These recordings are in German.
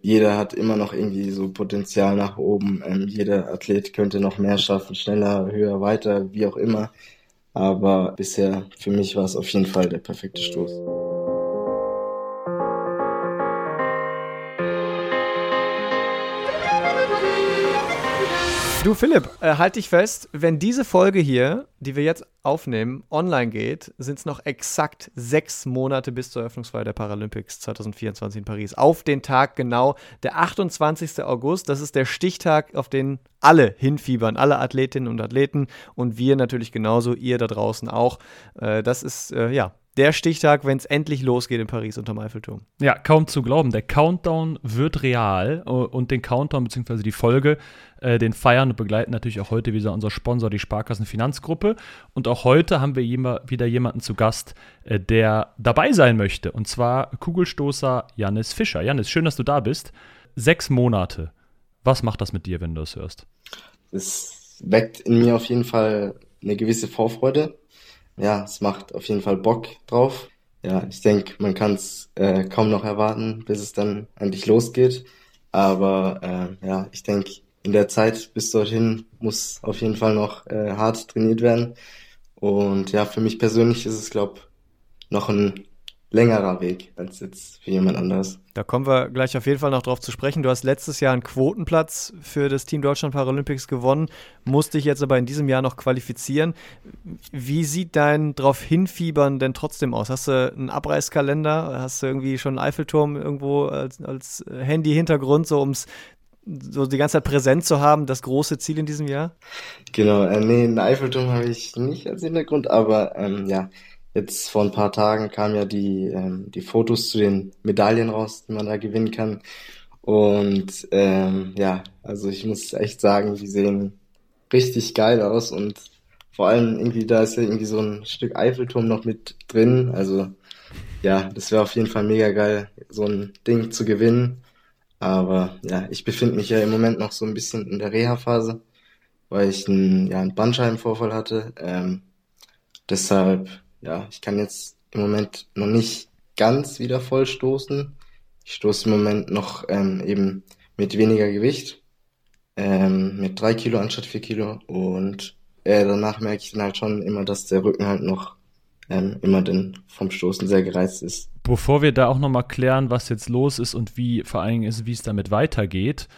jeder hat immer noch irgendwie so Potenzial nach oben. Jeder Athlet könnte noch mehr schaffen, schneller, höher, weiter, wie auch immer. Aber bisher für mich war es auf jeden Fall der perfekte Stoß. Du Philipp, halt dich fest, wenn diese Folge hier, die wir jetzt aufnehmen, online geht, sind es noch exakt 6 Monate bis zur Eröffnungsfeier der Paralympics 2024 in Paris. Auf den Tag genau, der 28. August, das ist der Stichtag, auf den alle hinfiebern, alle Athletinnen und Athleten und wir natürlich genauso, ihr da draußen auch. Das ist, der Stichtag, wenn es endlich losgeht in Paris unterm Eiffelturm. Ja, kaum zu glauben. Der Countdown wird real und den Countdown bzw. die Folge, den feiern und begleiten natürlich auch heute wieder unser Sponsor, die Sparkassen Finanzgruppe. Und auch heute haben wir wieder jemanden zu Gast, der dabei sein möchte. Und zwar Kugelstoßer Jannis Fischer. Jannis, schön, dass du da bist. 6 Monate. Was macht das mit dir, wenn du das hörst? Es weckt in mir auf jeden Fall eine gewisse Vorfreude. Ja, es macht auf jeden Fall Bock drauf. Ja, ich denke, man kann es kaum noch erwarten, bis es dann endlich losgeht. Aber ich denke, in der Zeit bis dorthin muss auf jeden Fall noch hart trainiert werden. Und ja, für mich persönlich ist es, glaube ich, noch ein längerer Weg als jetzt für jemand anderes. Da kommen wir gleich auf jeden Fall noch drauf zu sprechen. Du hast letztes Jahr einen Quotenplatz für das Team Deutschland Paralympics gewonnen, musst dich jetzt aber in diesem Jahr noch qualifizieren. Wie sieht dein drauf hinfiebern denn trotzdem aus? Hast du einen Abreißkalender? Hast du irgendwie schon einen Eiffelturm irgendwo als Handy-Hintergrund, so die ganze Zeit präsent zu haben, das große Ziel in diesem Jahr? Genau, einen Eiffelturm habe ich nicht als Hintergrund, aber jetzt vor ein paar Tagen kamen ja die Fotos zu den Medaillen raus, die man da gewinnen kann. Und also ich muss echt sagen, die sehen richtig geil aus. Und vor allem irgendwie, da ist ja irgendwie so ein Stück Eiffelturm noch mit drin. Also ja, das wäre auf jeden Fall mega geil, so ein Ding zu gewinnen. Aber ja, ich befinde mich ja im Moment noch so ein bisschen in der Reha-Phase, weil ich einen Bandscheibenvorfall hatte. Deshalb, ja, ich kann jetzt im Moment noch nicht ganz wieder voll stoßen. Ich stoße im Moment noch eben mit weniger Gewicht, mit 3 Kilo anstatt 4 Kilo. Und danach merke ich dann halt schon immer, dass der Rücken halt noch immer dann vom Stoßen sehr gereizt ist. Bevor wir da auch nochmal klären, was jetzt los ist und wie vor allen Dingen ist, wie es damit weitergeht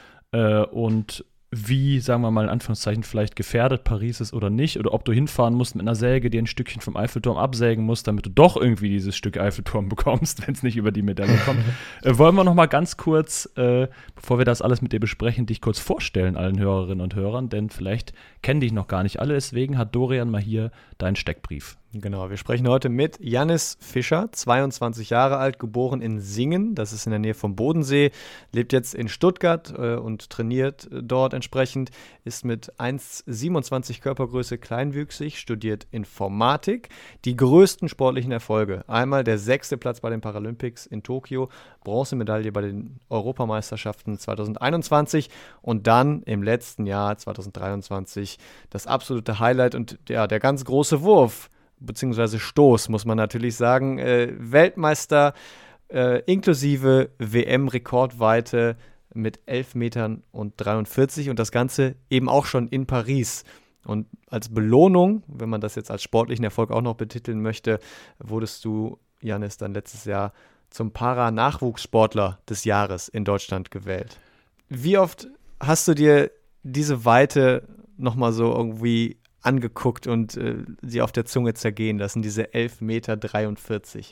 und wie, sagen wir mal in Anführungszeichen, vielleicht gefährdet Paris ist oder nicht, oder ob du hinfahren musst mit einer Säge, dir ein Stückchen vom Eiffelturm absägen musst, damit du doch irgendwie dieses Stück Eiffelturm bekommst, wenn es nicht über die Medaille kommt. Wollen wir noch mal ganz kurz, bevor wir das alles mit dir besprechen, dich kurz vorstellen allen Hörerinnen und Hörern, denn vielleicht kennen dich noch gar nicht alle, deswegen hat Dorian mal hier deinen Steckbrief. Genau, wir sprechen heute mit Jannis Fischer, 22 Jahre alt, geboren in Singen, das ist in der Nähe vom Bodensee, lebt jetzt in Stuttgart und trainiert dort entsprechend, ist mit 1,27 Körpergröße kleinwüchsig, studiert Informatik. Die größten sportlichen Erfolge: einmal der 6. Platz bei den Paralympics in Tokio, Bronzemedaille bei den Europameisterschaften 2021 und dann im letzten Jahr 2023 das absolute Highlight und der ganz große Wurf, beziehungsweise Stoß, muss man natürlich sagen. Weltmeister inklusive WM-Rekordweite mit 11,43 Metern und das Ganze eben auch schon in Paris. Und als Belohnung, wenn man das jetzt als sportlichen Erfolg auch noch betiteln möchte, wurdest du, Jannis, dann letztes Jahr zum Para-Nachwuchssportler des Jahres in Deutschland gewählt. Wie oft hast du dir diese Weite nochmal so irgendwie angeguckt und sie auf der Zunge zergehen lassen, diese 11,43 Meter?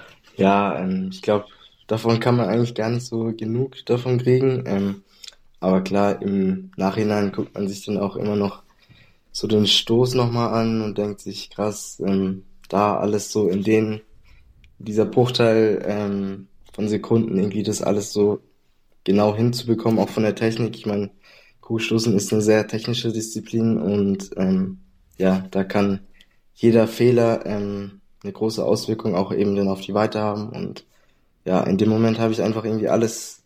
Ja, ich glaube, davon kann man eigentlich gar nicht so genug davon kriegen. Aber klar, im Nachhinein guckt man sich dann auch immer noch so den Stoß nochmal an und denkt sich, krass, da alles so in dieser Bruchteil von Sekunden irgendwie das alles so genau hinzubekommen, auch von der Technik. Ich meine, Kugelstoßen ist eine sehr technische Disziplin und da kann jeder Fehler eine große Auswirkung auch eben dann auf die Weite haben. Und ja, in dem Moment habe ich einfach irgendwie alles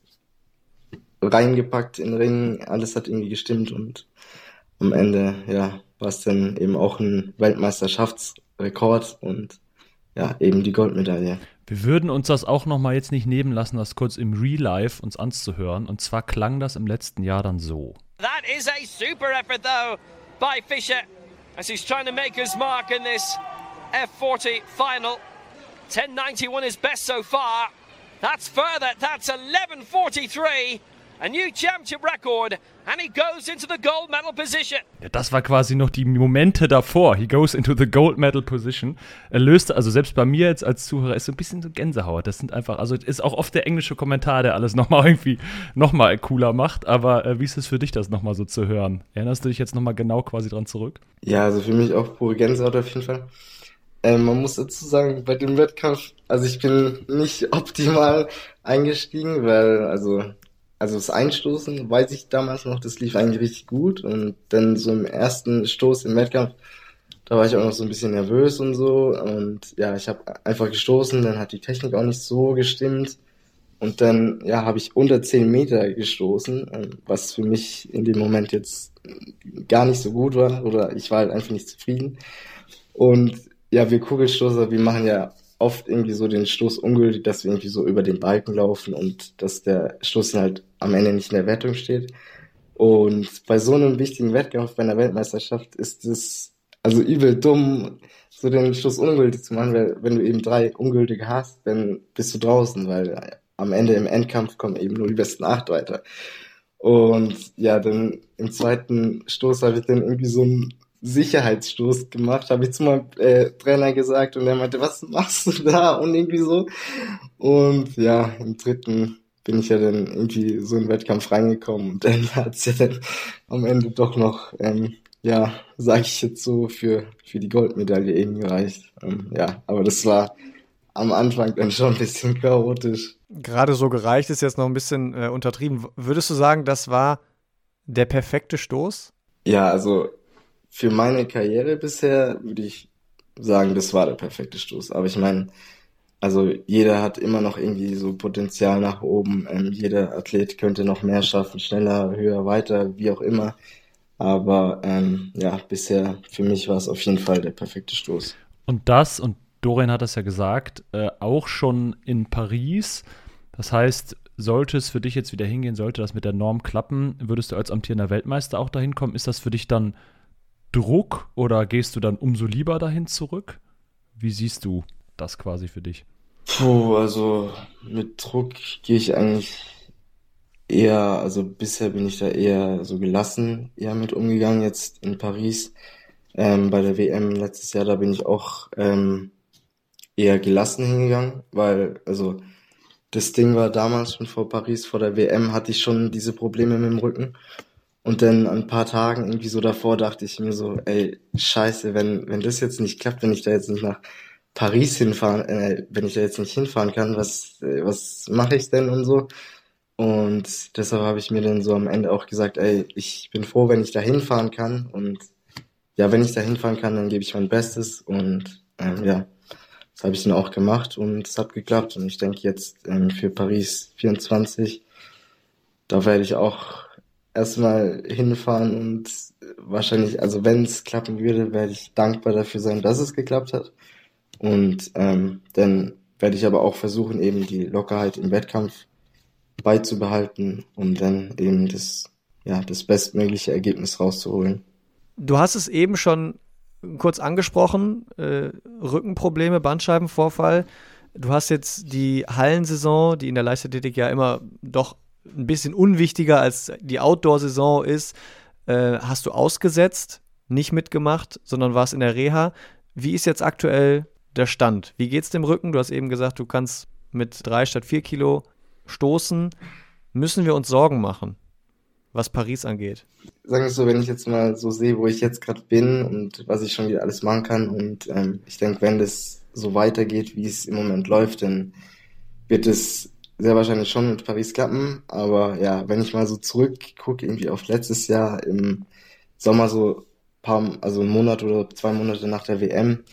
reingepackt in den Ring, alles hat irgendwie gestimmt und am Ende, war es dann eben auch ein Weltmeisterschaftsrekord und ja, eben die Goldmedaille. Wir würden uns das auch nochmal jetzt nicht nehmen lassen, das kurz im Real Life uns anzuhören. Und zwar klang das im letzten Jahr dann so. That is a super effort though by Fischer as he's trying to make his mark in this F40 final. 10.91 is best so far. That's further. That's 11.43. A new championship record, and he goes into the gold medal position. Ja, das war quasi noch die Momente davor. He goes into the gold medal position. Er löste, also selbst bei mir jetzt als Zuhörer, ist so ein bisschen so Gänsehaut. Das sind einfach, also ist auch oft der englische Kommentar, der alles nochmal irgendwie nochmal cooler macht. Aber wie ist es für dich, das nochmal so zu hören? Erinnerst du dich jetzt nochmal genau quasi dran zurück? Ja, also für mich auch pure Gänsehaut auf jeden Fall. Man muss dazu sagen, bei dem Wettkampf, also ich bin nicht optimal eingestiegen, weil also das Einstoßen, weiß ich damals noch, das lief eigentlich richtig gut. Und dann so im ersten Stoß im Wettkampf, da war ich auch noch so ein bisschen nervös und so. Und ja, ich habe einfach gestoßen, dann hat die Technik auch nicht so gestimmt. Und dann, ja, habe ich unter 10 Meter gestoßen, was für mich in dem Moment jetzt gar nicht so gut war. Oder ich war halt einfach nicht zufrieden. Und ja, wir Kugelstoßer, wir machen ja oft irgendwie so den Stoß ungültig, dass wir irgendwie so über den Balken laufen und dass der Stoß halt am Ende nicht in der Wertung steht. Und bei so einem wichtigen Wettkampf, bei einer Weltmeisterschaft, ist es also übel dumm, so den Stoß ungültig zu machen, weil wenn du eben 3 ungültige hast, dann bist du draußen, weil am Ende im Endkampf kommen eben nur die besten 8 weiter. Und ja, dann im zweiten Stoß habe ich dann irgendwie so einen Sicherheitsstoß gemacht, habe ich zu meinem Trainer gesagt und er meinte, was machst du da? Und irgendwie so. Und ja, im dritten bin ich ja dann irgendwie so in den Wettkampf reingekommen und dann hat es ja dann am Ende doch noch, ja, sage ich jetzt so, für die Goldmedaille eben gereicht. Ja, aber das war am Anfang dann schon ein bisschen chaotisch. Gerade so gereicht ist jetzt noch ein bisschen untertrieben. Würdest du sagen, das war der perfekte Stoß? Ja, also für meine Karriere bisher würde ich sagen, das war der perfekte Stoß. Aber ich meine, also jeder hat immer noch irgendwie so Potenzial nach oben. Jeder Athlet könnte noch mehr schaffen, schneller, höher, weiter, wie auch immer. Aber ja, bisher für mich war es auf jeden Fall der perfekte Stoß. Und Dorian hat das ja gesagt, auch schon in Paris. Das heißt, sollte es für dich jetzt wieder hingehen, sollte das mit der Norm klappen, würdest du als amtierender Weltmeister auch dahin kommen? Ist das für dich dann Druck oder gehst du dann umso lieber dahin zurück? Wie siehst du das quasi für dich? Also mit Druck gehe ich eigentlich eher, also bisher bin ich da eher so gelassen eher mit umgegangen, jetzt in Paris. Bei der WM letztes Jahr, da bin ich auch eher gelassen hingegangen, weil, also das Ding war damals schon vor Paris, vor der WM hatte ich schon diese Probleme mit dem Rücken. Und dann ein paar Tagen irgendwie so davor dachte ich mir so, ey, scheiße, wenn das jetzt nicht klappt, wenn ich da jetzt nicht nach Paris hinfahren, wenn ich da jetzt nicht hinfahren kann, was mache ich denn und so? Und deshalb habe ich mir dann so am Ende auch gesagt, ey, ich bin froh, wenn ich da hinfahren kann. Und ja, wenn ich da hinfahren kann, dann gebe ich mein Bestes. Und ja, das habe ich dann auch gemacht und es hat geklappt. Und ich denke jetzt für Paris 24, da werde ich auch erstmal hinfahren und wahrscheinlich, also wenn es klappen würde, werde ich dankbar dafür sein, dass es geklappt hat. Und dann werde ich aber auch versuchen, eben die Lockerheit im Wettkampf beizubehalten, um dann eben das bestmögliche Ergebnis rauszuholen. Du hast es eben schon kurz angesprochen, Rückenprobleme, Bandscheibenvorfall. Du hast jetzt die Hallensaison, die in der Leichtathletik ja immer doch ein bisschen unwichtiger als die Outdoor-Saison ist, hast du ausgesetzt, nicht mitgemacht, sondern warst in der Reha. Wie ist jetzt aktuell der Stand? Wie geht's dem Rücken? Du hast eben gesagt, du kannst mit 3 statt 4 Kilo stoßen. Müssen wir uns Sorgen machen, was Paris angeht? Sagen wir es so, wenn ich jetzt mal so sehe, wo ich jetzt gerade bin und was ich schon wieder alles machen kann und ich denke, wenn das so weitergeht, wie es im Moment läuft, dann wird es sehr wahrscheinlich schon mit Paris klappen, aber ja, wenn ich mal so zurückgucke, irgendwie auf letztes Jahr im Sommer so also einen Monat oder 2 Monate nach der WM,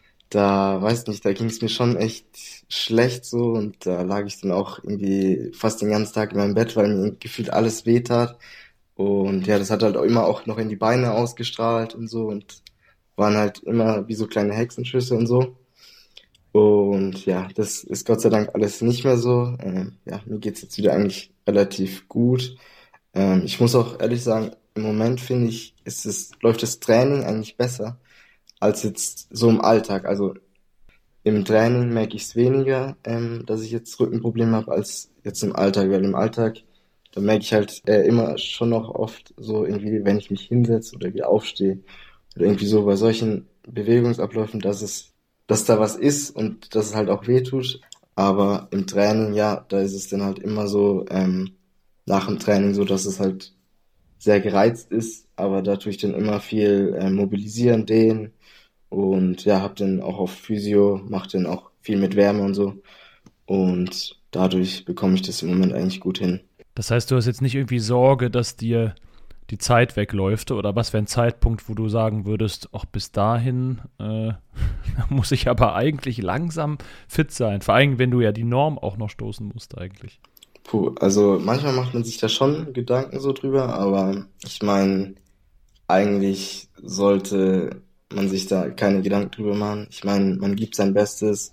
da weiß nicht, da ging es mir schon echt schlecht so und da lag ich dann auch irgendwie fast den ganzen Tag in meinem Bett, weil mir gefühlt alles wehtat und ja, das hat halt auch immer auch noch in die Beine ausgestrahlt und so und waren halt immer wie so kleine Hexenschüsse und so. Und ja, das ist Gott sei Dank alles nicht mehr so. Ja, mir geht's jetzt wieder eigentlich relativ gut. Ich muss auch ehrlich sagen, im Moment finde ich, läuft das Training eigentlich besser als jetzt so im Alltag. Also im Training merke ich es weniger, dass ich jetzt Rückenprobleme habe, als jetzt im Alltag. Weil im Alltag, da merke ich halt immer schon noch oft so irgendwie, wenn ich mich hinsetze oder wieder aufstehe oder irgendwie so bei solchen Bewegungsabläufen, dass da was ist und dass es halt auch weh tut. Aber im Training, ja, da ist es dann halt immer so, nach dem Training so, dass es halt sehr gereizt ist, aber da tue ich dann immer viel mobilisieren, dehnen und ja, hab dann auch auf Physio, mach dann auch viel mit Wärme und so und dadurch bekomme ich das im Moment eigentlich gut hin. Das heißt, du hast jetzt nicht irgendwie Sorge, dass dir die Zeit wegläuft oder was wäre ein Zeitpunkt, wo du sagen würdest, auch bis dahin muss ich aber eigentlich langsam fit sein, vor allem wenn du ja die Norm auch noch stoßen musst eigentlich. Puh, also manchmal macht man sich da schon Gedanken so drüber, aber ich meine, eigentlich sollte man sich da keine Gedanken drüber machen. Ich meine, man gibt sein Bestes,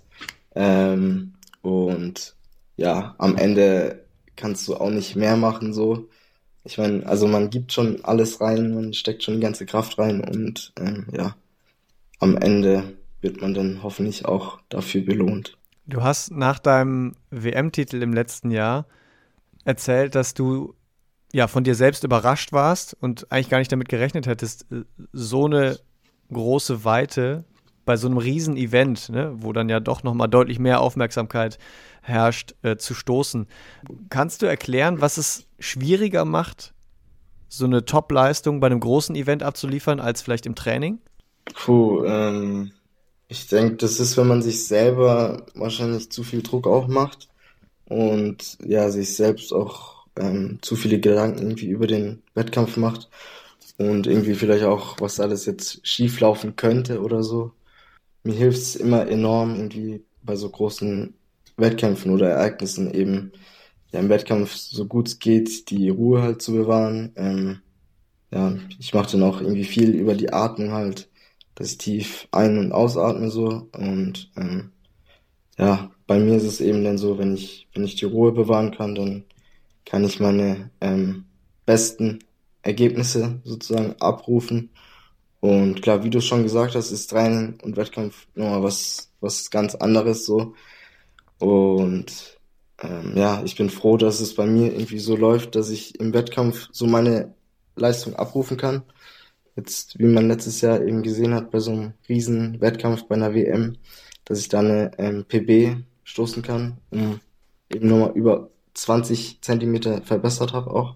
und ja, am Ende kannst du auch nicht mehr machen so. Ich meine, also man gibt schon alles rein, man steckt schon die ganze Kraft rein und ja, am Ende wird man dann hoffentlich auch dafür belohnt. Du hast nach deinem WM-Titel im letzten Jahr erzählt, dass du ja von dir selbst überrascht warst und eigentlich gar nicht damit gerechnet hättest, so eine große Weite bei so einem Riesen-Event, ne, wo dann ja doch nochmal deutlich mehr Aufmerksamkeit herrscht, zu stoßen. Kannst du erklären, was es schwieriger macht, so eine Top-Leistung bei einem großen Event abzuliefern, als vielleicht im Training? Puh, ich denke, das ist, wenn man sich selber wahrscheinlich zu viel Druck auch macht und ja, sich selbst auch zu viele Gedanken irgendwie über den Wettkampf macht und irgendwie vielleicht auch, was alles jetzt schief laufen könnte oder so. Mir hilft es immer enorm irgendwie bei so großen Wettkämpfen oder Ereignissen eben ja, im Wettkampf so gut es geht, die Ruhe halt zu bewahren. Ja, ich mache dann auch irgendwie viel über die Atmung halt, dass ich tief ein- und ausatme so und ja, bei mir ist es eben dann so, wenn ich die Ruhe bewahren kann, dann kann ich meine besten Ergebnisse sozusagen abrufen. Und klar, wie du schon gesagt hast, ist Training und Wettkampf nochmal was ganz anderes so. Und ja, ich bin froh, dass es bei mir irgendwie so läuft, dass ich im Wettkampf so meine Leistung abrufen kann. Jetzt, wie man letztes Jahr eben gesehen hat, bei so einem riesen Wettkampf bei einer WM, dass ich da eine PB stoßen kann, eben nochmal über 20 Zentimeter verbessert habe auch.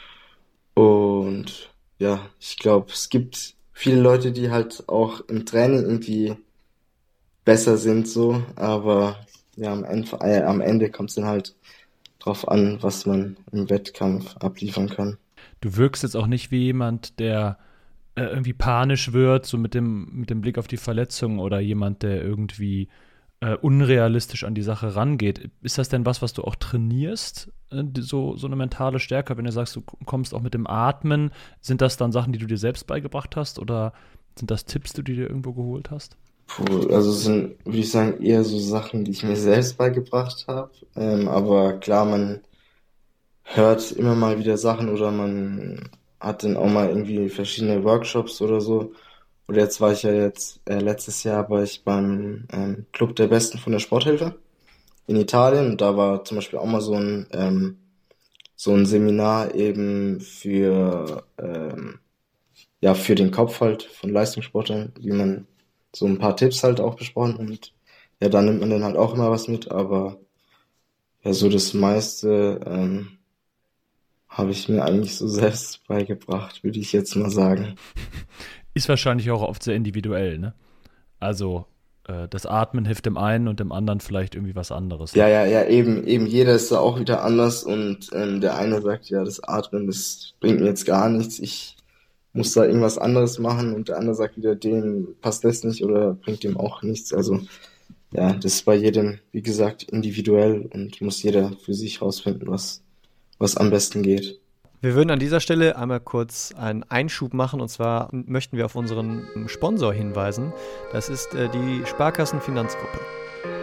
Und ja, ich glaube, es gibt viele Leute, die halt auch im Training irgendwie besser sind so, aber ja, am Ende kommt es dann halt drauf an, was man im Wettkampf abliefern kann. Du wirkst jetzt auch nicht wie jemand, der irgendwie panisch wird, so mit dem Blick auf die Verletzung oder jemand, der irgendwie unrealistisch an die Sache rangeht. Ist das denn was du auch trainierst, so eine mentale Stärke? Wenn du sagst, du kommst auch mit dem Atmen, sind das dann Sachen, die du dir selbst beigebracht hast oder sind das Tipps, die du dir irgendwo geholt hast? Puh, also es sind, würde ich sagen, eher so Sachen, die ich mir selbst beigebracht habe. Aber klar, man hört immer mal wieder Sachen oder man hat dann auch mal irgendwie verschiedene Workshops oder so. Oder jetzt war ich ja letztes Jahr war ich beim Club der Besten von der Sporthilfe in Italien und da war zum Beispiel auch mal so ein Seminar eben ja, für den Kopf halt von Leistungssportlern, wie man so ein paar Tipps halt auch besprochen und ja, da nimmt man dann halt auch immer was mit, aber ja, so das meiste habe ich mir eigentlich so selbst beigebracht, würde ich jetzt mal sagen. Ist wahrscheinlich auch oft sehr individuell, ne? Also das Atmen hilft dem einen und dem anderen vielleicht irgendwie was anderes. Ja, eben jeder ist da auch wieder anders und der eine sagt, ja, das Atmen, das bringt mir jetzt gar nichts, ich muss da irgendwas anderes machen und der andere sagt wieder, dem passt das nicht oder bringt dem auch nichts. Also ja, das ist bei jedem, wie gesagt, individuell und muss jeder für sich rausfinden, was am besten geht. Wir würden an dieser Stelle einmal kurz einen Einschub machen und zwar möchten wir auf unseren Sponsor hinweisen. Das ist die Sparkassenfinanzgruppe.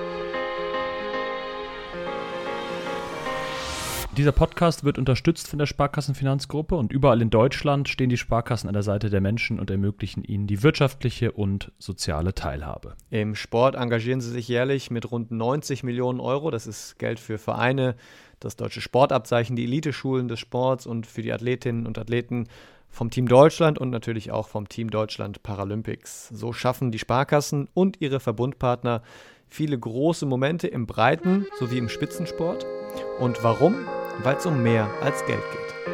Dieser Podcast wird unterstützt von der Sparkassenfinanzgruppe und überall in Deutschland stehen die Sparkassen an der Seite der Menschen und ermöglichen ihnen die wirtschaftliche und soziale Teilhabe. Im Sport engagieren sie sich jährlich mit rund 90 Millionen Euro. Das ist Geld für Vereine, das deutsche Sportabzeichen, die Eliteschulen des Sports und für die Athletinnen und Athleten vom Team Deutschland und natürlich auch vom Team Deutschland Paralympics. So schaffen die Sparkassen und ihre Verbundpartner viele große Momente im Breiten- sowie im Spitzensport. Und warum? Weil es um mehr als Geld geht.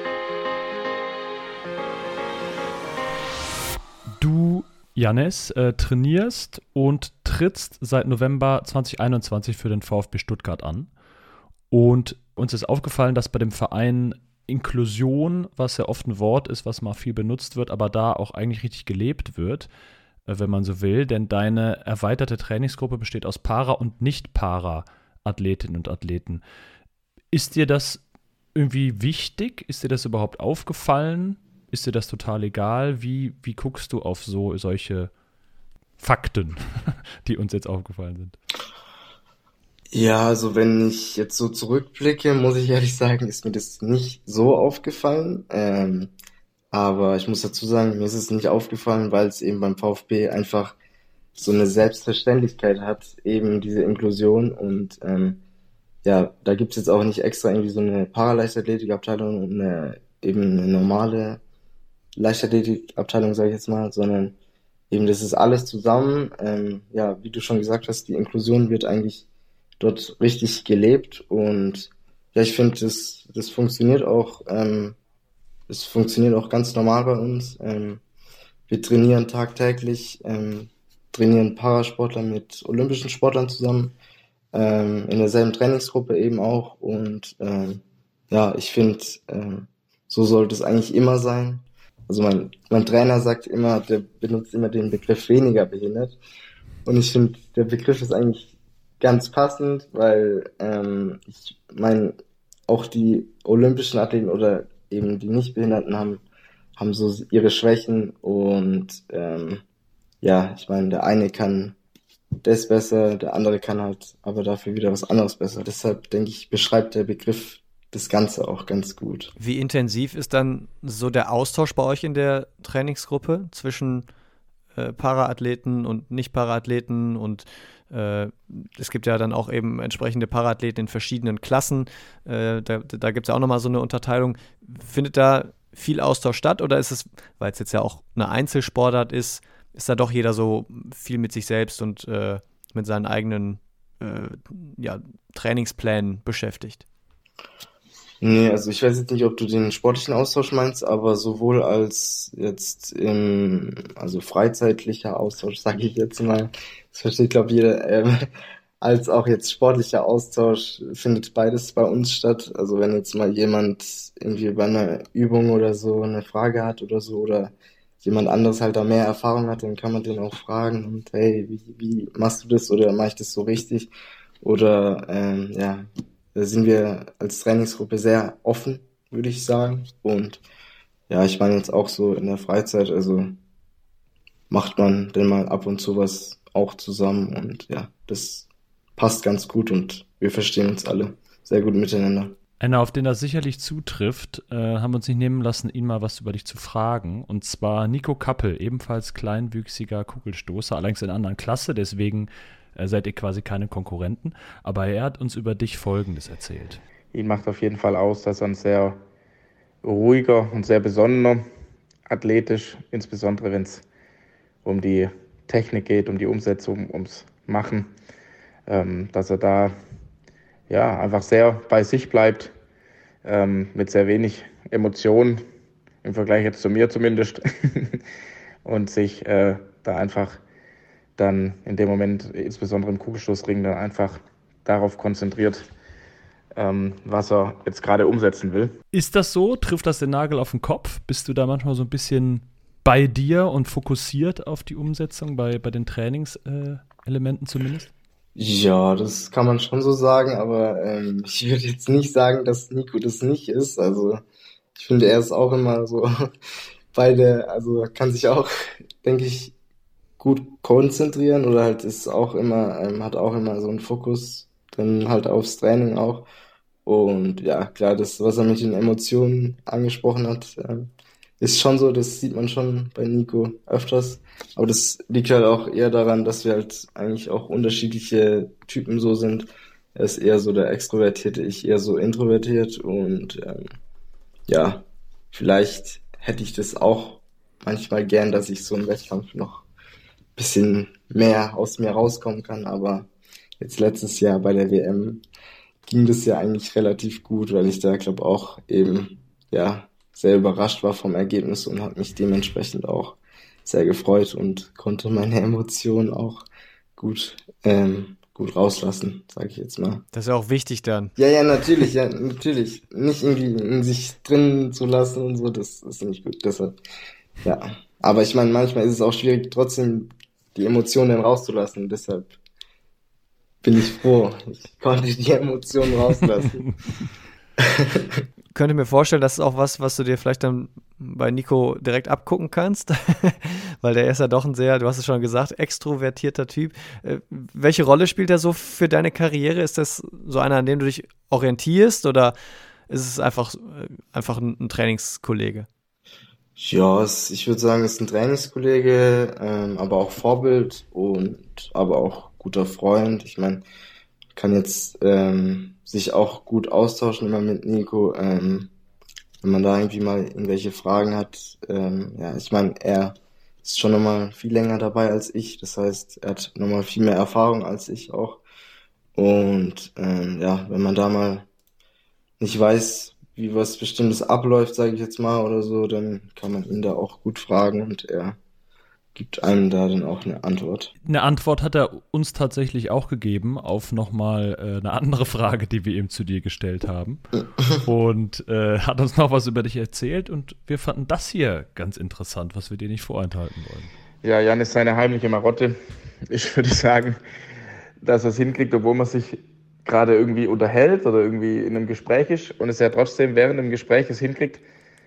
Du, Jannis, trainierst und trittst seit November 2021 für den VfB Stuttgart an. Und uns ist aufgefallen, dass bei dem Verein Inklusion, was ja oft ein Wort ist, was mal viel benutzt wird, aber da auch eigentlich richtig gelebt wird, wenn man so will. Denn deine erweiterte Trainingsgruppe besteht aus Para- und Nicht-Para-Athletinnen und Athleten. Ist dir das irgendwie wichtig? Ist dir das überhaupt aufgefallen? Ist dir das total egal? Wie guckst du auf solche Fakten, die uns jetzt aufgefallen sind? Ja, also wenn ich jetzt so zurückblicke, muss ich ehrlich sagen, ist mir das nicht so aufgefallen. Aber ich muss dazu sagen, mir ist es nicht aufgefallen, weil es eben beim VfB einfach so eine Selbstverständlichkeit hat, eben diese Inklusion. Und ja, da gibt's jetzt auch nicht extra irgendwie so eine Paraleichtathletikabteilung und eben eine normale Leichtathletikabteilung, sage ich jetzt mal, sondern eben das ist alles zusammen. Ja, wie du schon gesagt hast, die Inklusion wird eigentlich dort richtig gelebt und ja, ich finde, das funktioniert auch, es funktioniert auch ganz normal bei uns. Wir trainieren tagtäglich, trainieren Parasportler mit olympischen Sportlern zusammen, in derselben Trainingsgruppe eben auch und ja, ich finde, so sollte es eigentlich immer sein. Also mein Trainer sagt immer, der benutzt immer den Begriff weniger behindert und ich finde, der Begriff ist eigentlich ganz passend, weil ich meine, auch die olympischen Athleten oder eben die Nichtbehinderten haben so ihre Schwächen und ja, ich meine, der eine kann das besser, der andere kann halt aber dafür wieder was anderes besser. Deshalb denke ich, beschreibt der Begriff das Ganze auch ganz gut. Wie intensiv ist dann so der Austausch bei euch in der Trainingsgruppe zwischen Paraathleten und Nicht-Paraathleten und es gibt ja dann auch eben entsprechende Paraathleten in verschiedenen Klassen. Da gibt es ja auch nochmal so eine Unterteilung. Findet da viel Austausch statt oder ist es, weil es jetzt ja auch eine Einzelsportart ist da doch jeder so viel mit sich selbst und mit seinen eigenen ja, Trainingsplänen beschäftigt? Nee, also ich weiß jetzt nicht, ob du den sportlichen Austausch meinst, aber sowohl als jetzt also freizeitlicher Austausch, sage ich jetzt mal, das versteht glaube ich jeder, als auch jetzt sportlicher Austausch findet beides bei uns statt. Also wenn jetzt mal jemand irgendwie bei einer Übung oder so eine Frage hat oder so oder jemand anderes halt da mehr Erfahrung hat, dann kann man den auch fragen und hey, wie machst du das oder mach ich das so richtig? Oder ja, da sind wir als Trainingsgruppe sehr offen, würde ich sagen. Und ja, ich meine jetzt auch so in der Freizeit, also macht man denn mal ab und zu was auch zusammen und ja, das passt ganz gut und wir verstehen uns alle sehr gut miteinander. Einer, auf den das sicherlich zutrifft, haben wir uns nicht nehmen lassen, ihn mal was über dich zu fragen. Und zwar Nico Kappel, ebenfalls kleinwüchsiger Kugelstoßer, allerdings in einer anderen Klasse, deswegen seid ihr quasi keine Konkurrenten. Aber er hat uns über dich Folgendes erzählt. Ihn macht auf jeden Fall aus, dass er ein sehr ruhiger und sehr besonnener, athletisch, insbesondere wenn es um die Technik geht, um die Umsetzung, ums Machen, dass er da ja einfach sehr bei sich bleibt, mit sehr wenig Emotionen, im Vergleich jetzt zu mir zumindest, und sich da einfach dann in dem Moment, insbesondere im Kugelstoßring, dann einfach darauf konzentriert, was er jetzt gerade umsetzen will. Ist das so? Trifft das den Nagel auf den Kopf? Bist du da manchmal so ein bisschen bei dir und fokussiert auf die Umsetzung, bei den Trainingselementen zumindest? Ja, das kann man schon so sagen, aber ich würde jetzt nicht sagen, dass Nico das nicht ist. Also ich finde, er ist auch immer so also kann sich auch, denke ich, gut konzentrieren oder halt ist auch immer, hat auch immer so einen Fokus dann halt aufs Training auch. Und ja, klar, das, was er mit den Emotionen angesprochen hat, ist schon so, das sieht man schon bei Nico öfters. Aber das liegt halt auch eher daran, dass wir halt eigentlich auch unterschiedliche Typen so sind. Er ist eher so der Extrovertierte, ich eher so introvertiert. Und ja, vielleicht hätte ich das auch manchmal gern, dass ich so im Wettkampf noch ein bisschen mehr aus mir rauskommen kann. Aber jetzt letztes Jahr bei der WM ging das ja eigentlich relativ gut, weil ich da glaube auch eben ja sehr überrascht war vom Ergebnis und habe mich dementsprechend auch sehr gefreut und konnte meine Emotionen auch gut gut rauslassen, sage ich jetzt mal. Das ist ja auch wichtig dann. Ja, natürlich. Nicht irgendwie in sich drin zu lassen und so, das ist nicht gut. Deshalb, ja. Aber ich meine, manchmal ist es auch schwierig, trotzdem die Emotionen rauszulassen. Deshalb bin ich froh. Ich konnte die Emotionen rauslassen. Könnte mir vorstellen, das ist auch was du dir vielleicht dann bei Nico direkt abgucken kannst, weil der ist ja doch ein sehr, du hast es schon gesagt, extrovertierter Typ. Welche Rolle spielt er so für deine Karriere? Ist das so einer, an dem du dich orientierst oder ist es einfach ein Trainingskollege? Ja, ich würde sagen, es ist ein Trainingskollege, aber auch Vorbild und aber auch guter Freund. Ich meine, kann jetzt sich auch gut austauschen immer mit Nico, wenn man da irgendwie mal irgendwelche Fragen hat. Ja, ich meine, er ist schon nochmal viel länger dabei als ich. Das heißt, er hat nochmal viel mehr Erfahrung als ich auch. Und ja, wenn man da mal nicht weiß, wie was Bestimmtes abläuft, sage ich jetzt mal oder so, dann kann man ihn da auch gut fragen und er gibt einem da dann auch eine Antwort. Eine Antwort hat er uns tatsächlich auch gegeben auf nochmal eine andere Frage, die wir eben zu dir gestellt haben. Und hat uns noch was über dich erzählt und wir fanden das hier ganz interessant, was wir dir nicht vorenthalten wollen. Ja, Jan ist seine heimliche Marotte. Ich würde sagen, dass er es hinkriegt, obwohl man sich gerade irgendwie unterhält oder irgendwie in einem Gespräch ist und es ja trotzdem während dem Gespräch es hinkriegt,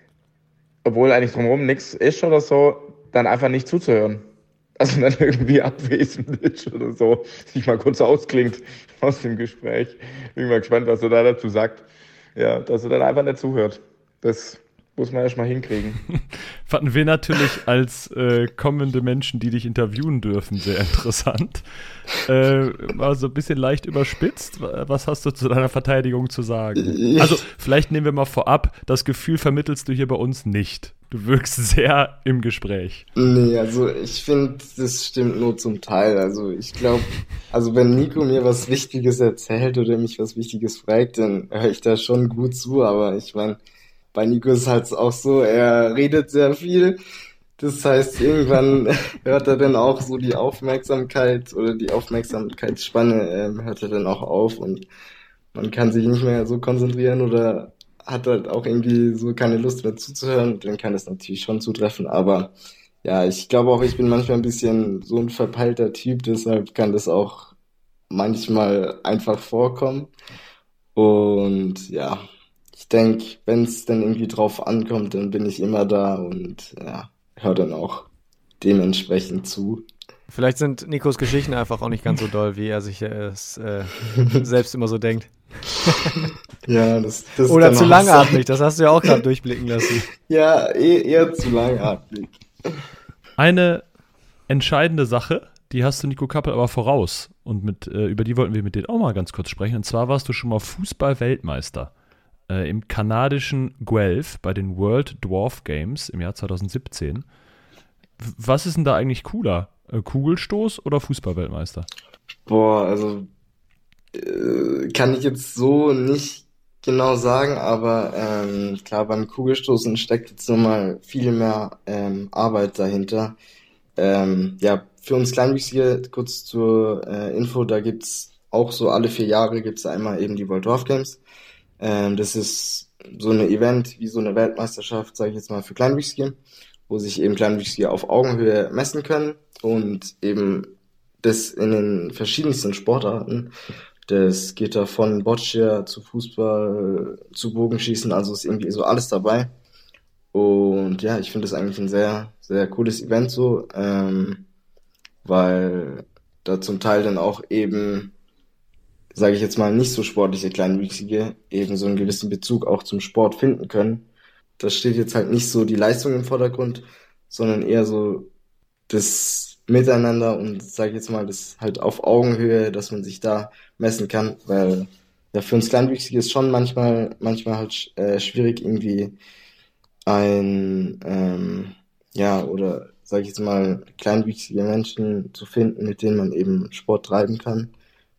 obwohl eigentlich drumherum nichts ist oder so, dann einfach nicht zuzuhören. Also dann irgendwie abwesend ist oder so, sich mal kurz ausklingt aus dem Gespräch. Bin mal gespannt, was er da dazu sagt. Ja, dass er dann einfach nicht zuhört. Das muss man erst mal hinkriegen. Fanden wir natürlich als kommende Menschen, die dich interviewen dürfen, sehr interessant. Mal so ein bisschen leicht überspitzt. Was hast du zu deiner Verteidigung zu sagen? Also, vielleicht nehmen wir mal vorab, das Gefühl vermittelst du hier bei uns nicht. Du wirkst sehr im Gespräch. Nee, also ich finde, das stimmt nur zum Teil. Also ich glaube, also wenn Nico mir was Wichtiges erzählt oder mich was Wichtiges fragt, dann höre ich da schon gut zu. Aber ich meine, bei Nico ist halt auch so, er redet sehr viel. Das heißt, irgendwann hört er dann auch so die Aufmerksamkeit oder die Aufmerksamkeitsspanne hört er dann auch auf und man kann sich nicht mehr so konzentrieren oder hat halt auch irgendwie so keine Lust mehr zuzuhören, dann kann das natürlich schon zutreffen, aber ja, ich glaube auch, ich bin manchmal ein bisschen so ein verpeilter Typ, deshalb kann das auch manchmal einfach vorkommen und ja, ich denke, wenn es dann irgendwie drauf ankommt, dann bin ich immer da und ja, höre dann auch dementsprechend zu. Vielleicht sind Nikos Geschichten einfach auch nicht ganz so doll, wie er sich es selbst immer so denkt. Ja, das oder kann zu auch langatmig, das hast du ja auch gerade durchblicken lassen. Ja, eher zu langatmig. Eine entscheidende Sache, die hast du Nico Kappel aber voraus und über die wollten wir mit dir auch mal ganz kurz sprechen. Und zwar warst du schon mal Fußball-Weltmeister im kanadischen Guelph bei den World Dwarf Games im Jahr 2017. Was ist denn da eigentlich cooler? Kugelstoß oder Fußball-Weltmeister? Boah, also kann ich jetzt so nicht genau sagen, aber klar, beim Kugelstoßen steckt jetzt nochmal viel mehr Arbeit dahinter. Ja, für uns Kleinwüchsige, kurz zur Info, da gibt's auch so alle 4 Jahre gibt's einmal eben die World Dwarf Games. Das ist so ein Event wie so eine Weltmeisterschaft, sage ich jetzt mal, für Kleinwüchsige, wo sich eben Kleinwüchsige auf Augenhöhe messen können und eben das in den verschiedensten Sportarten. Das geht da von Boccia zu Fußball, zu Bogenschießen, also ist irgendwie so alles dabei. Und ja, ich finde das eigentlich ein sehr, sehr cooles Event so, weil da zum Teil dann auch eben sage ich jetzt mal, nicht so sportliche Kleinwüchsige eben so einen gewissen Bezug auch zum Sport finden können. Da steht jetzt halt nicht so die Leistung im Vordergrund, sondern eher so das Miteinander und sage ich jetzt mal, das halt auf Augenhöhe, dass man sich da messen kann, weil ja für uns Kleinwüchsige ist schon manchmal halt schwierig irgendwie oder sage ich jetzt mal, kleinwüchsige Menschen zu finden, mit denen man eben Sport treiben kann.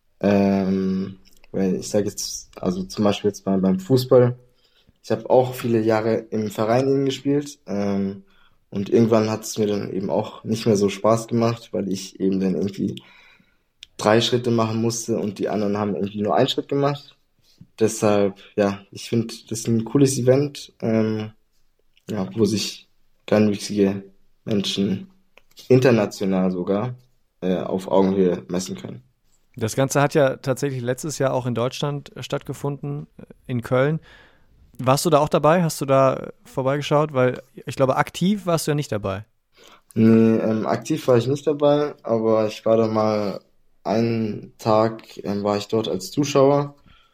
Weil ich sage jetzt, also zum Beispiel jetzt mal beim Fußball, ich habe auch viele Jahre im Verein eben gespielt, und irgendwann hat es mir dann eben auch nicht mehr so Spaß gemacht, weil ich eben dann irgendwie 3 Schritte machen musste und die anderen haben irgendwie nur einen Schritt gemacht. Deshalb, ja, ich finde, das ist ein cooles Event, wo sich kleinwüchsige Menschen international sogar auf Augenhöhe messen können. Das Ganze hat ja tatsächlich letztes Jahr auch in Deutschland stattgefunden, in Köln. Warst du da auch dabei? Hast du da vorbeigeschaut? Weil ich glaube, aktiv warst du ja nicht dabei. Nee, aktiv war ich nicht dabei, aber ich war da mal einen Tag, war ich dort als Zuschauer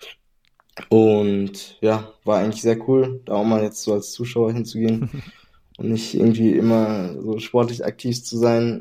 und ja, war eigentlich sehr cool, da auch mal jetzt so als Zuschauer hinzugehen und nicht irgendwie immer so sportlich aktiv zu sein.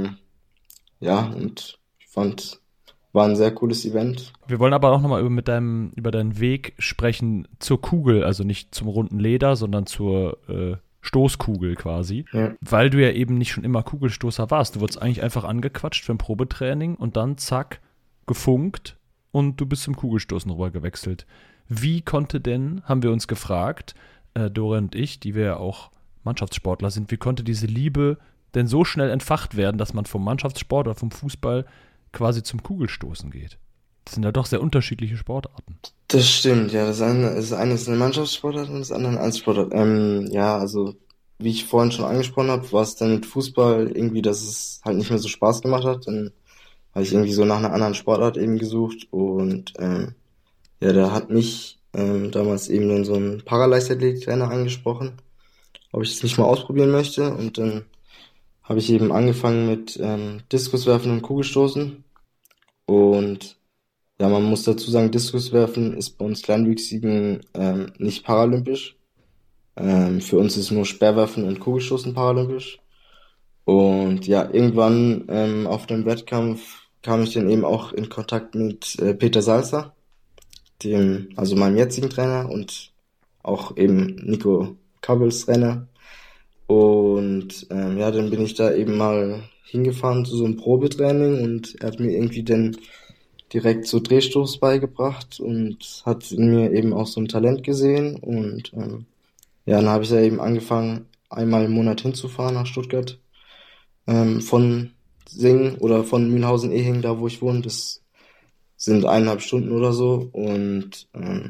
Und ich fand, war ein sehr cooles Event. Wir wollen aber auch nochmal über deinen Weg sprechen zur Kugel, also nicht zum runden Leder, sondern zur Stoßkugel quasi. Ja. Weil du ja eben nicht schon immer Kugelstoßer warst. Du wurdest eigentlich einfach angequatscht für ein Probetraining und dann zack, gefunkt und du bist zum Kugelstoßen rüber gewechselt. Wie konnte denn, haben wir uns gefragt, Dorian und ich, die wir ja auch Mannschaftssportler sind, wie konnte diese Liebe denn so schnell entfacht werden, dass man vom Mannschaftssport oder vom Fußball quasi zum Kugelstoßen geht? Das sind ja doch sehr unterschiedliche Sportarten. Das stimmt, ja. Das eine ist eine Mannschaftssportart und das andere eine Einzelsportart. Also wie ich vorhin schon angesprochen habe, war es dann mit Fußball irgendwie, dass es halt nicht mehr so Spaß gemacht hat. Dann habe ich irgendwie so nach einer anderen Sportart eben gesucht und da hat mich damals eben dann so ein Paraleichtathletik-Trainer angesprochen, ob ich das nicht mal ausprobieren möchte. Und dann habe ich eben angefangen mit Diskuswerfen und Kugelstoßen. Und ja, man muss dazu sagen, Diskuswerfen ist bei uns Kleinwüchsigen nicht paralympisch. Für uns ist nur Speerwerfen und Kugelstoßen paralympisch. Und ja, irgendwann auf dem Wettkampf kam ich dann eben auch in Kontakt mit Peter Salzer, also meinem jetzigen Trainer und auch eben Nico Kabbels Trainer. Und dann bin ich da eben mal hingefahren zu so einem Probetraining und er hat mir irgendwie dann direkt so Drehstoß beigebracht und hat in mir eben auch so ein Talent gesehen. Und dann habe ich da eben angefangen, einmal im Monat hinzufahren nach Stuttgart. Von Singen oder von Mülhausen-Ehingen, da wo ich wohne, das sind 1,5 Stunden oder so. Und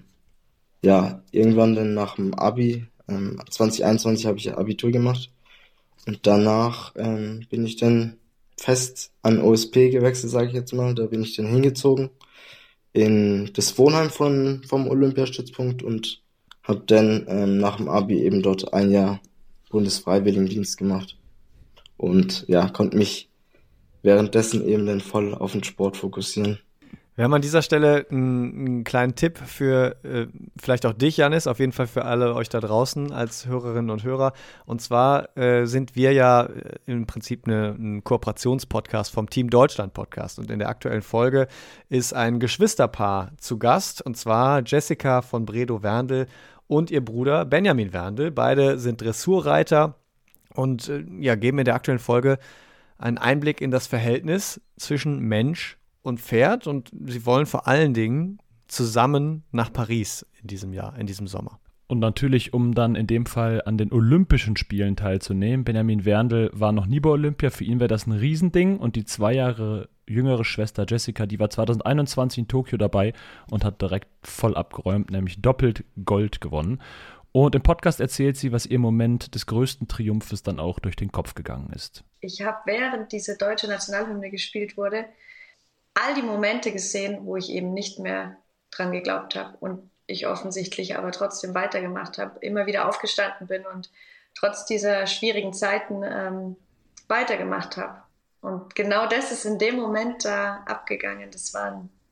irgendwann dann nach dem Abi, 2021 habe ich Abitur gemacht. Und danach bin ich dann fest an OSP gewechselt, sage ich jetzt mal. Da bin ich dann hingezogen in das Wohnheim vom Olympiastützpunkt und habe dann nach dem Abi eben dort 1 Jahr Bundesfreiwilligendienst gemacht. Und ja, konnte mich währenddessen eben dann voll auf den Sport fokussieren. Wir haben an dieser Stelle einen kleinen Tipp für vielleicht auch dich, Jannis, auf jeden Fall für alle euch da draußen als Hörerinnen und Hörer. Und zwar sind wir ja im Prinzip ein Kooperationspodcast vom Team Deutschland Podcast. Und in der aktuellen Folge ist ein Geschwisterpaar zu Gast, und zwar Jessica von Bredow-Werndl und ihr Bruder Benjamin Werndl. Beide sind Dressurreiter und geben in der aktuellen Folge einen Einblick in das Verhältnis zwischen Mensch und Pferd, und sie wollen vor allen Dingen zusammen nach Paris in diesem Sommer. Und natürlich, um dann in dem Fall an den Olympischen Spielen teilzunehmen. Benjamin Werndl war noch nie bei Olympia, für ihn wäre das ein Riesending, und die 2 Jahre jüngere Schwester Jessica, die war 2021 in Tokio dabei und hat direkt voll abgeräumt, nämlich doppelt Gold gewonnen. Und im Podcast erzählt sie, was ihr Moment des größten Triumphes dann auch durch den Kopf gegangen ist. Ich habe, während diese deutsche Nationalhymne gespielt wurde, all die Momente gesehen, wo ich eben nicht mehr dran geglaubt habe und ich offensichtlich aber trotzdem weitergemacht habe, immer wieder aufgestanden bin und trotz dieser schwierigen Zeiten weitergemacht habe. Und genau das ist in dem Moment da abgegangen. Das war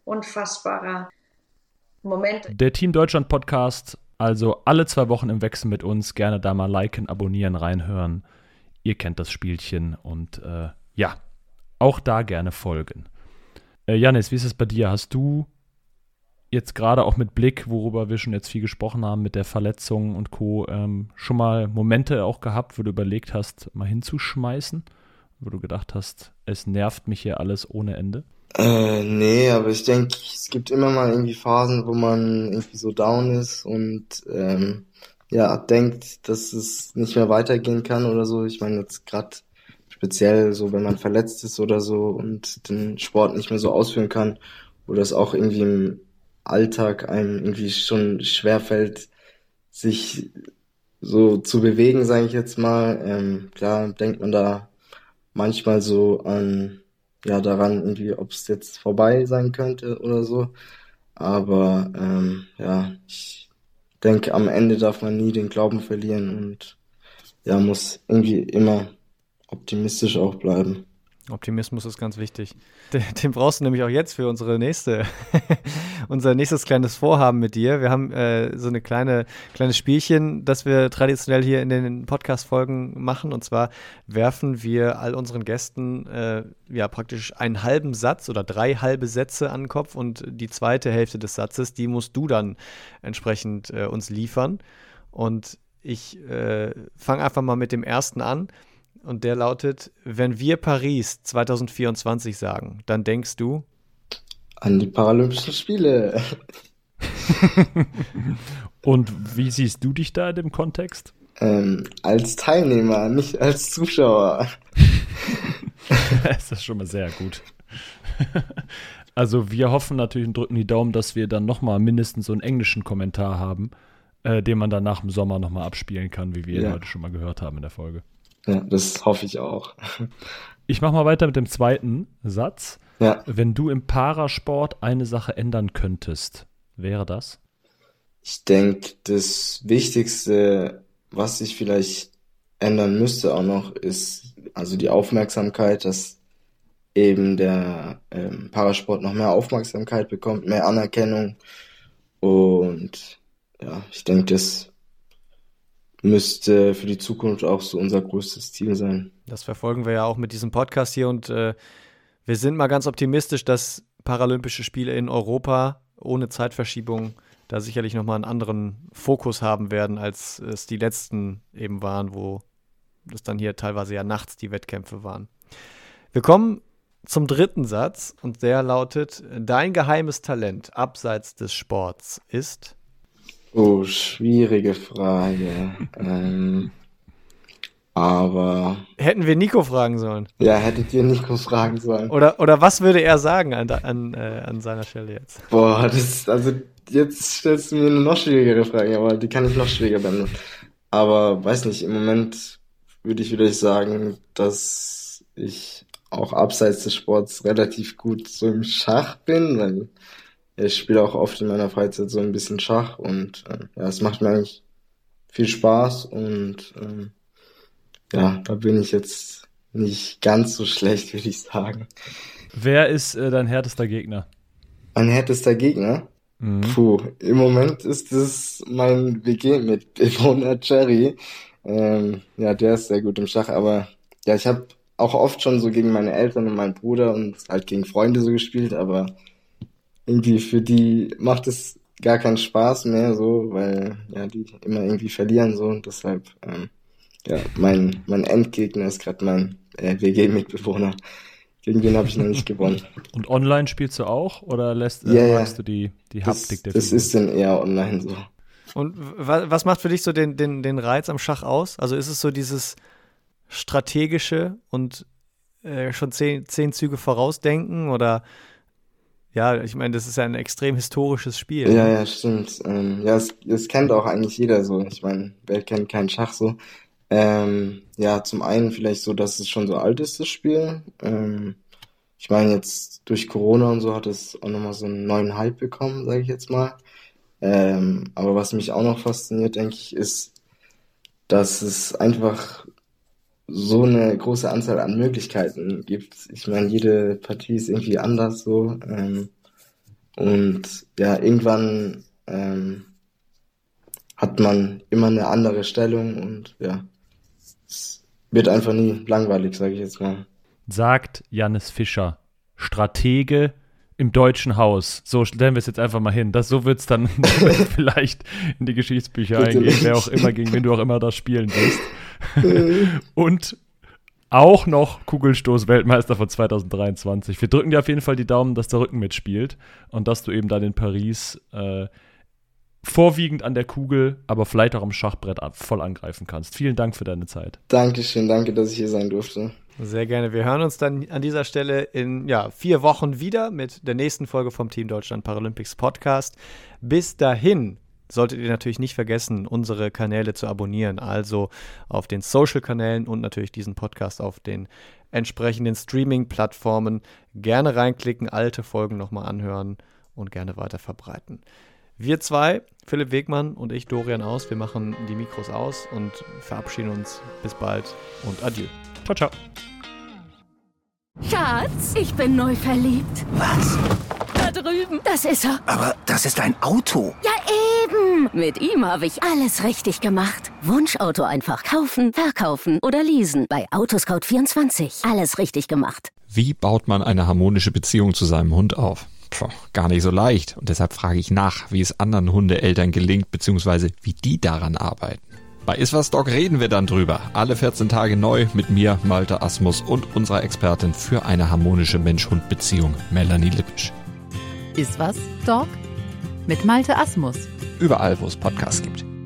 unfassbarer Moment. Der Team Deutschland Podcast, also alle 2 Wochen im Wechsel mit uns. Gerne da mal liken, abonnieren, reinhören. Ihr kennt das Spielchen und auch da gerne folgen. Jannis, wie ist es bei dir? Hast du jetzt gerade auch mit Blick, worüber wir schon jetzt viel gesprochen haben, mit der Verletzung und Co., schon mal Momente auch gehabt, wo du überlegt hast, mal hinzuschmeißen? Wo du gedacht hast, es nervt mich hier alles ohne Ende? Nee, aber ich denke, es gibt immer mal irgendwie Phasen, wo man irgendwie so down ist und denkt, dass es nicht mehr weitergehen kann oder so. Ich meine jetzt gerade speziell so, wenn man verletzt ist oder so und den Sport nicht mehr so ausführen kann oder es auch irgendwie im Alltag einem irgendwie schon schwerfällt, sich so zu bewegen, sage ich jetzt mal. Klar denkt man da manchmal so daran irgendwie, ob es jetzt vorbei sein könnte oder so. Aber ich denke, am Ende darf man nie den Glauben verlieren und muss irgendwie immer optimistisch auch bleiben. Optimismus ist ganz wichtig. Den brauchst du nämlich auch jetzt für unser nächstes kleines Vorhaben mit dir. Wir haben so eine kleines Spielchen, das wir traditionell hier in den Podcast-Folgen machen. Und zwar werfen wir all unseren Gästen praktisch einen halben Satz oder 3 halbe Sätze an den Kopf und die zweite Hälfte des Satzes, die musst du dann entsprechend uns liefern. Und ich fange einfach mal mit dem ersten an. Und der lautet: Wenn wir Paris 2024 sagen, dann denkst du an die Paralympischen Spiele. Und wie siehst du dich da in dem Kontext? Als Teilnehmer, nicht als Zuschauer. Das ist schon mal sehr gut. Also wir hoffen natürlich und drücken die Daumen, dass wir dann nochmal mindestens so einen englischen Kommentar haben, den man dann nach dem Sommer nochmal abspielen kann, wie wir heute schon mal gehört haben in der Folge. Ja, das hoffe ich auch. Ich mache mal weiter mit dem zweiten Satz. Ja. Wenn du im Parasport eine Sache ändern könntest, wäre das? Ich denke, das Wichtigste, was ich vielleicht ändern müsste auch noch, ist also die Aufmerksamkeit, dass eben der Parasport noch mehr Aufmerksamkeit bekommt, mehr Anerkennung. Und ich denke, das müsste für die Zukunft auch so unser größtes Ziel sein. Das verfolgen wir ja auch mit diesem Podcast hier und wir sind mal ganz optimistisch, dass Paralympische Spiele in Europa ohne Zeitverschiebung da sicherlich nochmal einen anderen Fokus haben werden, als es die letzten eben waren, wo das dann hier teilweise ja nachts die Wettkämpfe waren. Wir kommen zum dritten Satz und der lautet: Dein geheimes Talent abseits des Sports ist? Oh, schwierige Frage. Aber hätten wir Nico fragen sollen? Ja, hättet ihr Nico fragen sollen. Oder was würde er sagen an seiner Stelle jetzt? Boah, jetzt stellst du mir eine noch schwierigere Frage, aber die kann ich noch schwieriger beantworten. Aber weiß nicht, im Moment würde ich vielleicht sagen, dass ich auch abseits des Sports relativ gut so im Schach bin, weil ich spiele auch oft in meiner Freizeit so ein bisschen Schach und es macht mir eigentlich viel Spaß und da bin ich jetzt nicht ganz so schlecht, würde ich sagen. Wer ist dein härtester Gegner? Mein härtester Gegner? Puh, im Moment ist es mein WG-Mitbewohner Jerry. Der ist sehr gut im Schach, aber ich habe auch oft schon so gegen meine Eltern und meinen Bruder und halt gegen Freunde so gespielt, aber irgendwie für die macht es gar keinen Spaß mehr so, weil die immer irgendwie verlieren so und deshalb mein Endgegner ist gerade mein WG-Mitbewohner. Gegen den habe ich noch nicht gewonnen. Und online spielst du auch oder magst du die Haptik der Das ist dann eher online so. Und was macht für dich so den Reiz am Schach aus? Also ist es so dieses strategische und schon 10 Züge vorausdenken oder ich meine, das ist ja ein extrem historisches Spiel. Ja, stimmt. Es kennt auch eigentlich jeder so. Ich meine, wer kennt keinen Schach so? Zum einen vielleicht so, dass es schon so alt ist, das Spiel. Ich meine, jetzt durch Corona und so hat es auch nochmal so einen neuen Hype bekommen, sage ich jetzt mal. Aber was mich auch noch fasziniert, denke ich, ist, dass es einfach so eine große Anzahl an Möglichkeiten gibt. Ich meine, jede Partie ist irgendwie anders so. Und ja, irgendwann hat man immer eine andere Stellung und ja, es wird einfach nie langweilig, sage ich jetzt mal. Sagt Jannis Fischer, Stratege im Deutschen Haus. So stellen wir es jetzt einfach mal hin. So wird es dann vielleicht in die Geschichtsbücher eingehen, wer auch immer, gegen wen du auch immer da spielen wirst. Und auch noch Kugelstoß-Weltmeister von 2023. Wir drücken dir auf jeden Fall die Daumen, dass der Rücken mitspielt und dass du eben dann in Paris vorwiegend an der Kugel, aber vielleicht auch am Schachbrett voll angreifen kannst. Vielen Dank für deine Zeit. Dankeschön, danke, dass ich hier sein durfte. Sehr gerne. Wir hören uns dann an dieser Stelle in 4 Wochen wieder mit der nächsten Folge vom Team Deutschland Paralympics Podcast. Bis dahin solltet ihr natürlich nicht vergessen, unsere Kanäle zu abonnieren, also auf den Social-Kanälen und natürlich diesen Podcast auf den entsprechenden Streaming-Plattformen. Gerne reinklicken, alte Folgen nochmal anhören und gerne weiter verbreiten. Wir zwei, Philipp Wegmann und ich, Dorian Aus, wir machen die Mikros aus und verabschieden uns. Bis bald und adieu. Ciao, ciao. Schatz, ich bin neu verliebt. Was? Da drüben. Das ist er. Aber das ist ein Auto. Ja, eben. Mit ihm habe ich alles richtig gemacht. Wunschauto einfach kaufen, verkaufen oder leasen. Bei Autoscout24. Alles richtig gemacht. Wie baut man eine harmonische Beziehung zu seinem Hund auf? Gar nicht so leicht. Und deshalb frage ich nach, wie es anderen Hundeeltern gelingt, beziehungsweise wie die daran arbeiten. Bei Iswas Dog reden wir dann drüber. Alle 14 Tage neu mit mir, Malte Asmus und unserer Expertin für eine harmonische Mensch-Hund-Beziehung, Melanie Lippisch. Iswas Dog mit Malte Asmus. Überall, wo es Podcasts gibt.